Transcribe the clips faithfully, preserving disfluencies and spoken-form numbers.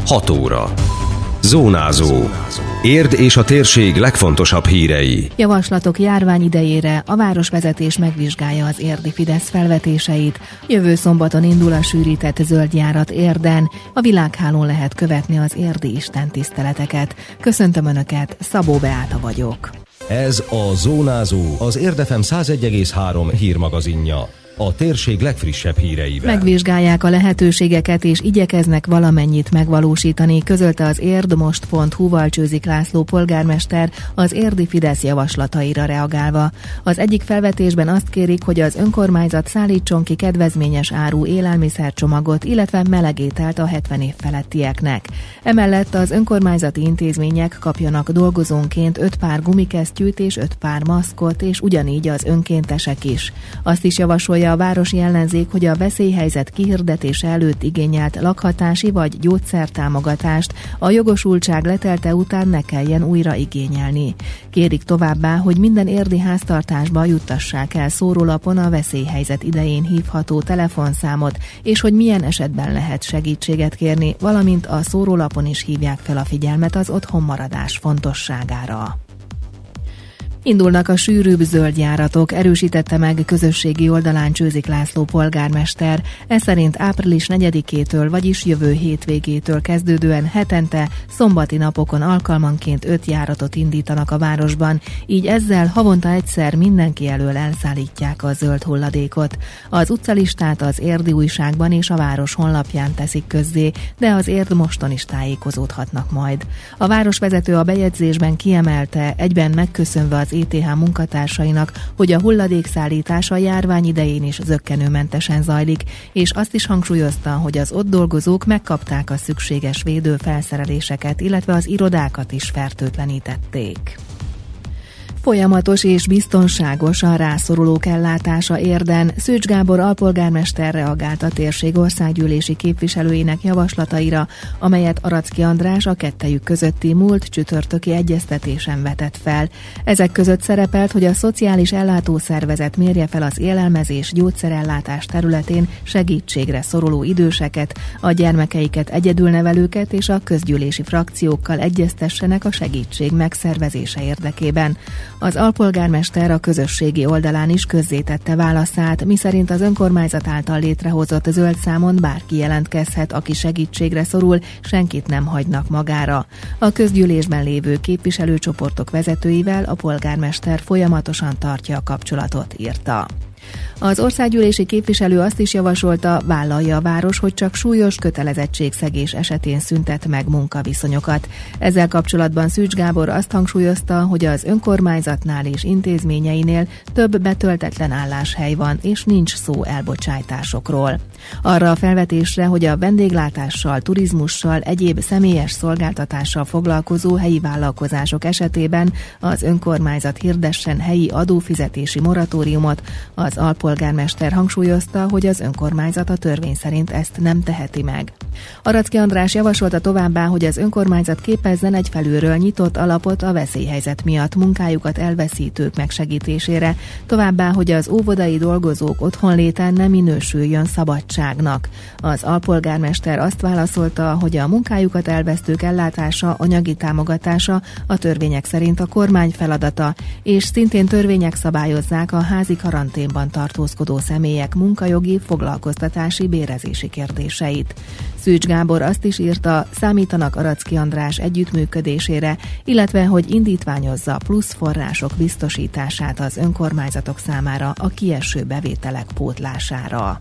hat óra. Zónázó. Érd és a térség legfontosabb hírei. Javaslatok járvány idejére. A városvezetés megvizsgálja az érdi Fidesz felvetéseit. Jövő szombaton indul a sűrített zöldjárat Érden. A világhálón lehet követni az érdi istentiszteleteket. Köszöntöm Önöket, Szabó Beáta vagyok. Ez a Zónázó, az Érd ef em száz egy egész három hírmagazinja. A térség legfrissebb híreivel. Megvizsgálják a lehetőségeket és igyekeznek valamennyit megvalósítani, közölte az érdmost pont hu Valcsőzik László polgármester az érdi Fidesz javaslataira reagálva. Az egyik felvetésben azt kérik, hogy az önkormányzat szállítson ki kedvezményes áru élelmiszercsomagot, illetve melegételt a hetven év felettieknek. Emellett az önkormányzati intézmények kapjanak dolgozónként öt pár gumikesztyűt és öt pár maszkot, és ugyanígy az önkéntesek is. Azt is javasolja a városi ellenzék, hogy a veszélyhelyzet kihirdetése előtt igényelt lakhatási vagy gyógyszertámogatást a jogosultság letelte után ne kelljen újra igényelni. Kérik továbbá, hogy minden érdi háztartásba juttassák el szórólapon a veszélyhelyzet idején hívható telefonszámot, és hogy milyen esetben lehet segítséget kérni, valamint a szórólapon is hívják fel a figyelmet az otthonmaradás fontosságára. Indulnak a sűrűbb zöldjáratok, erősítette meg közösségi oldalán Csőzik László polgármester. Ez szerint április negyedikétől, vagyis jövő hétvégétől kezdődően hetente, szombati napokon alkalmanként öt járatot indítanak a városban, így ezzel havonta egyszer mindenki elől elszállítják a zöld hulladékot. Az utcalistát az Érdi Újságban és a város honlapján teszik közzé, de az Érd Moston is tájékozódhatnak majd. A városvezető a bejegyzésben kiemelte, egyben megköszönve az é té há munkatársainak, hogy a hulladékszállítás a járvány idején is zökkenőmentesen zajlik, és azt is hangsúlyozta, hogy az ott dolgozók megkapták a szükséges védőfelszereléseket, illetve az irodákat is fertőtlenítették. Folyamatos és biztonságos a rászorulók ellátása Érden. Szűcs Gábor alpolgármester reagált a térség országgyűlési képviselőinek javaslataira, amelyet Aracki András a kettejük közötti múlt csütörtöki egyeztetésen vetett fel. Ezek között szerepelt, hogy a szociális ellátószervezet mérje fel az élelmezés, gyógyszerellátás területén segítségre szoruló időseket, a gyermekeiket egyedülnevelőket és a közgyűlési frakciókkal egyeztessenek a segítség megszervezése érdekében. Az alpolgármester a közösségi oldalán is közzétette válaszát, miszerint az önkormányzat által létrehozott zöld számon bárki jelentkezhet, aki segítségre szorul, senkit nem hagynak magára. A közgyűlésben lévő képviselőcsoportok vezetőivel a polgármester folyamatosan tartja a kapcsolatot, írta. Az országgyűlési képviselő azt is javasolta, vállalja a város, hogy csak súlyos kötelezettségszegés esetén szüntet meg munkaviszonyokat. Ezzel kapcsolatban Szűcs Gábor azt hangsúlyozta, hogy az önkormányzatnál és intézményeinél több betöltetlen álláshely van, és nincs szó elbocsájtásokról. Arra a felvetésre, hogy a vendéglátással, turizmussal, egyéb személyes szolgáltatással foglalkozó helyi vállalkozások esetében az önkormányzat hirdessen helyi adófizetési moratóriumot, az alpolgármester hangsúlyozta, hogy az önkormányzat a törvény szerint ezt nem teheti meg. Aracki András javasolta továbbá, hogy az önkormányzat képezzen egy felülről nyitott alapot a veszélyhelyzet miatt munkájukat elveszítők megsegítésére, továbbá, hogy az óvodai dolgozók otthonléten nem minősüljön szabadságnak. Az alpolgármester azt válaszolta, hogy a munkájukat elvesztők ellátása, anyagi támogatása a törvények szerint a kormány feladata, és szintén törvények szabályozzák a házi karanténban tartózkodó személyek munkajogi, foglalkoztatási, bérezési kérdéseit. Szűcs Gábor azt is írta, számítanak Aracki András együttműködésére, illetve hogy indítványozza plusz források biztosítását az önkormányzatok számára a kieső bevételek pótlására.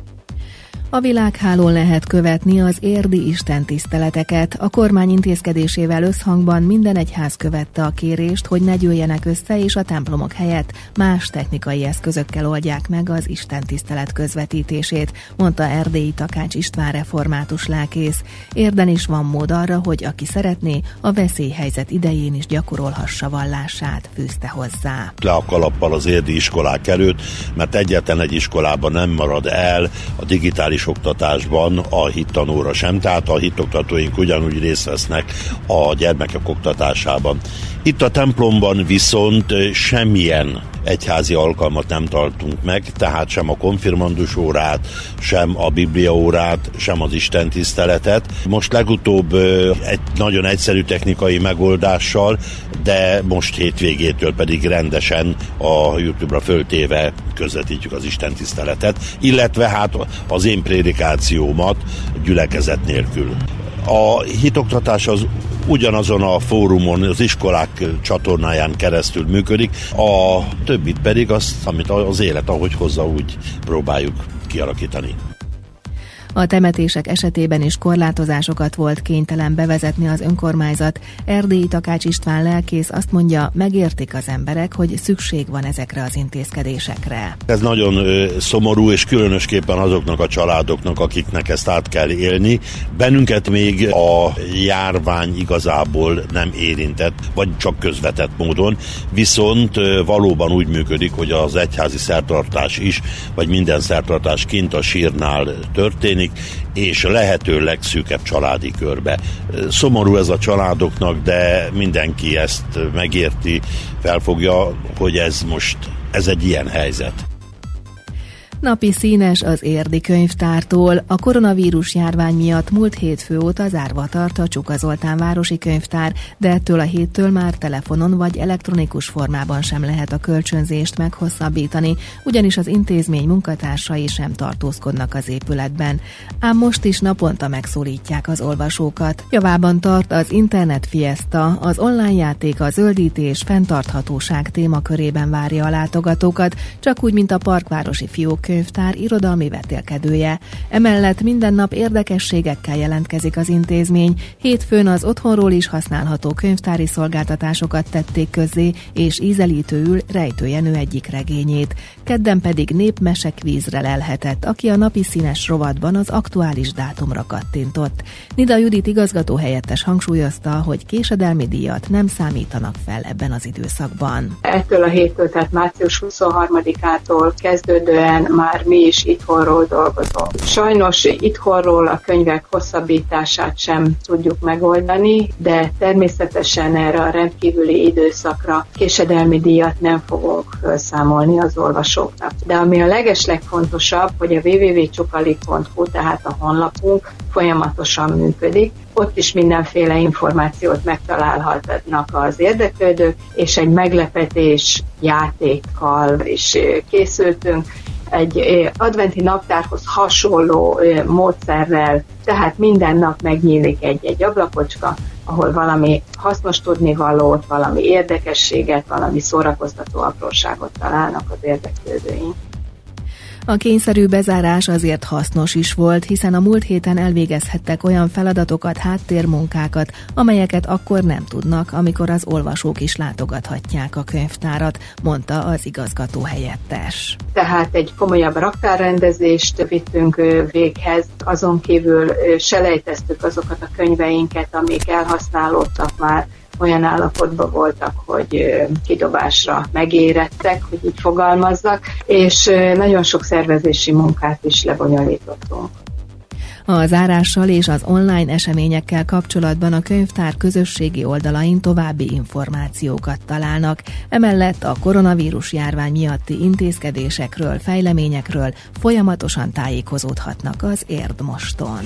A világhálón lehet követni az érdi istentiszteleteket. A kormány intézkedésével összhangban minden egyház követte a kérést, hogy ne gyűljenek össze, és a templomok helyett más technikai eszközökkel oldják meg az istentisztelet közvetítését, mondta Erdélyi Takács István református lelkész. Érden is van mód arra, hogy aki szeretné, a veszélyhelyzet idején is gyakorolhassa vallását, fűzte hozzá. Le a kalappal az érdi iskolák előtt, mert egyetlen egy iskolában nem marad el a digitális formális oktatásban a hittanóra sem, tehát a hitoktatóink ugyanúgy részt vesznek a gyermekek oktatásában. Itt a templomban viszont semmilyen egyházi alkalmat nem tartunk meg, tehát sem a konfirmandus órát, sem a bibliaórát, sem az istentiszteletet. Most legutóbb egy nagyon egyszerű technikai megoldással, de most hétvégétől pedig rendesen a YouTube-ra föltéve közvetítjük az istentiszteletet, illetve hát az én prédikációmat gyülekezet nélkül. A hitoktatás az ugyanazon a fórumon, az iskolák csatornáján keresztül működik, a többit pedig azt, amit az élet ahogy hozza, úgy próbáljuk kialakítani. A temetések esetében is korlátozásokat volt kénytelen bevezetni az önkormányzat. Erdélyi Takács István lelkész azt mondja, megértik az emberek, hogy szükség van ezekre az intézkedésekre. Ez nagyon szomorú, és különösképpen azoknak a családoknak, akiknek ezt át kell élni. Bennünket még a járvány igazából nem érintett, vagy csak közvetett módon, viszont valóban úgy működik, hogy az egyházi szertartás is, vagy minden szertartás kint a sírnál történik, és lehető legszűkebb családi körbe. Szomorú ez a családoknak, de mindenki ezt megérti, felfogja, hogy ez most, ez egy ilyen helyzet. Napi színes az érdi könyvtártól. A koronavírus járvány miatt múlt hétfő óta zárva tart a Csuka Zoltán városi könyvtár, de ettől a héttől már telefonon vagy elektronikus formában sem lehet a kölcsönzést meghosszabbítani, ugyanis az intézmény munkatársai sem tartózkodnak az épületben. Ám most is naponta megszólítják az olvasókat. Javában tart az Internet Fiesta, az online játék a zöldítés, fenntarthatóság témakörében várja a látogatókat, csak úgy, mint a Parkvárosi Fiók könyvtár irodalmi vetélkedője. Emellett minden nap érdekességekkel jelentkezik az intézmény. Hétfőn az otthonról is használható könyvtári szolgáltatásokat tették közzé, és ízelítőül Rejtő Jenő egyik regényét. Kedden pedig népmesekvízre lelhetett, aki a napi színes rovatban az aktuális dátumra kattintott. Nida Judit igazgatóhelyettes hangsúlyozta, hogy késedelmi díjat nem számítanak fel ebben az időszakban. Ettől a héttől, tehát március huszonharmadikától kezdődően már mi is itthonról dolgozunk. Sajnos itthonról a könyvek hosszabbítását sem tudjuk megoldani, de természetesen erre a rendkívüli időszakra késedelmi díjat nem fogunk felszámolni az olvasóknak. De ami a legeslegfontosabb, hogy a double-u double-u double-u pont csukalik pont hu, tehát a honlapunk folyamatosan működik. Ott is mindenféle információt megtalálhatnak az érdeklődők, és egy meglepetés játékkal is készültünk. Egy adventi naptárhoz hasonló módszerrel, tehát minden nap megnyílik egy-egy ablakocska, ahol valami hasznos tudnivalót, valami érdekességet, valami szórakoztató apróságot találnak az érdeklődőink. A kényszerű bezárás azért hasznos is volt, hiszen a múlt héten elvégezhettek olyan feladatokat, háttérmunkákat, amelyeket akkor nem tudnak, amikor az olvasók is látogathatják a könyvtárat, mondta az igazgató helyettes. Tehát egy komolyabb raktárrendezést vittünk véghez, azon kívül selejteztük azokat a könyveinket, amik elhasználódtak már, olyan állapotban voltak, hogy kidobásra megérettek, hogy így fogalmazzak, és nagyon sok szervezési munkát is lebonyolítottunk. A zárással és az online eseményekkel kapcsolatban a könyvtár közösségi oldalain további információkat találnak. Emellett a koronavírus járvány miatti intézkedésekről, fejleményekről folyamatosan tájékozódhatnak az Érdmoston.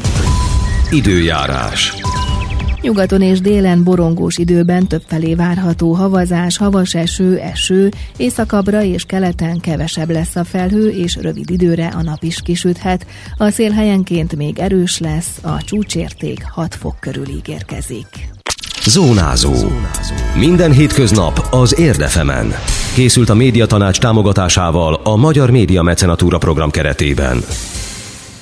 Időjárás. Nyugaton és délen borongós időben többfelé várható havazás, havas eső, eső, északabbra és keleten kevesebb lesz a felhő, és rövid időre a nap is kisüthet. A szél helyenként még erős lesz, a csúcsérték hat fok körül ígérkezik. Zónázó. Minden hétköznap az Érd ef emen. Készült a Médiatanács támogatásával a Magyar Média Mecenatúra program keretében.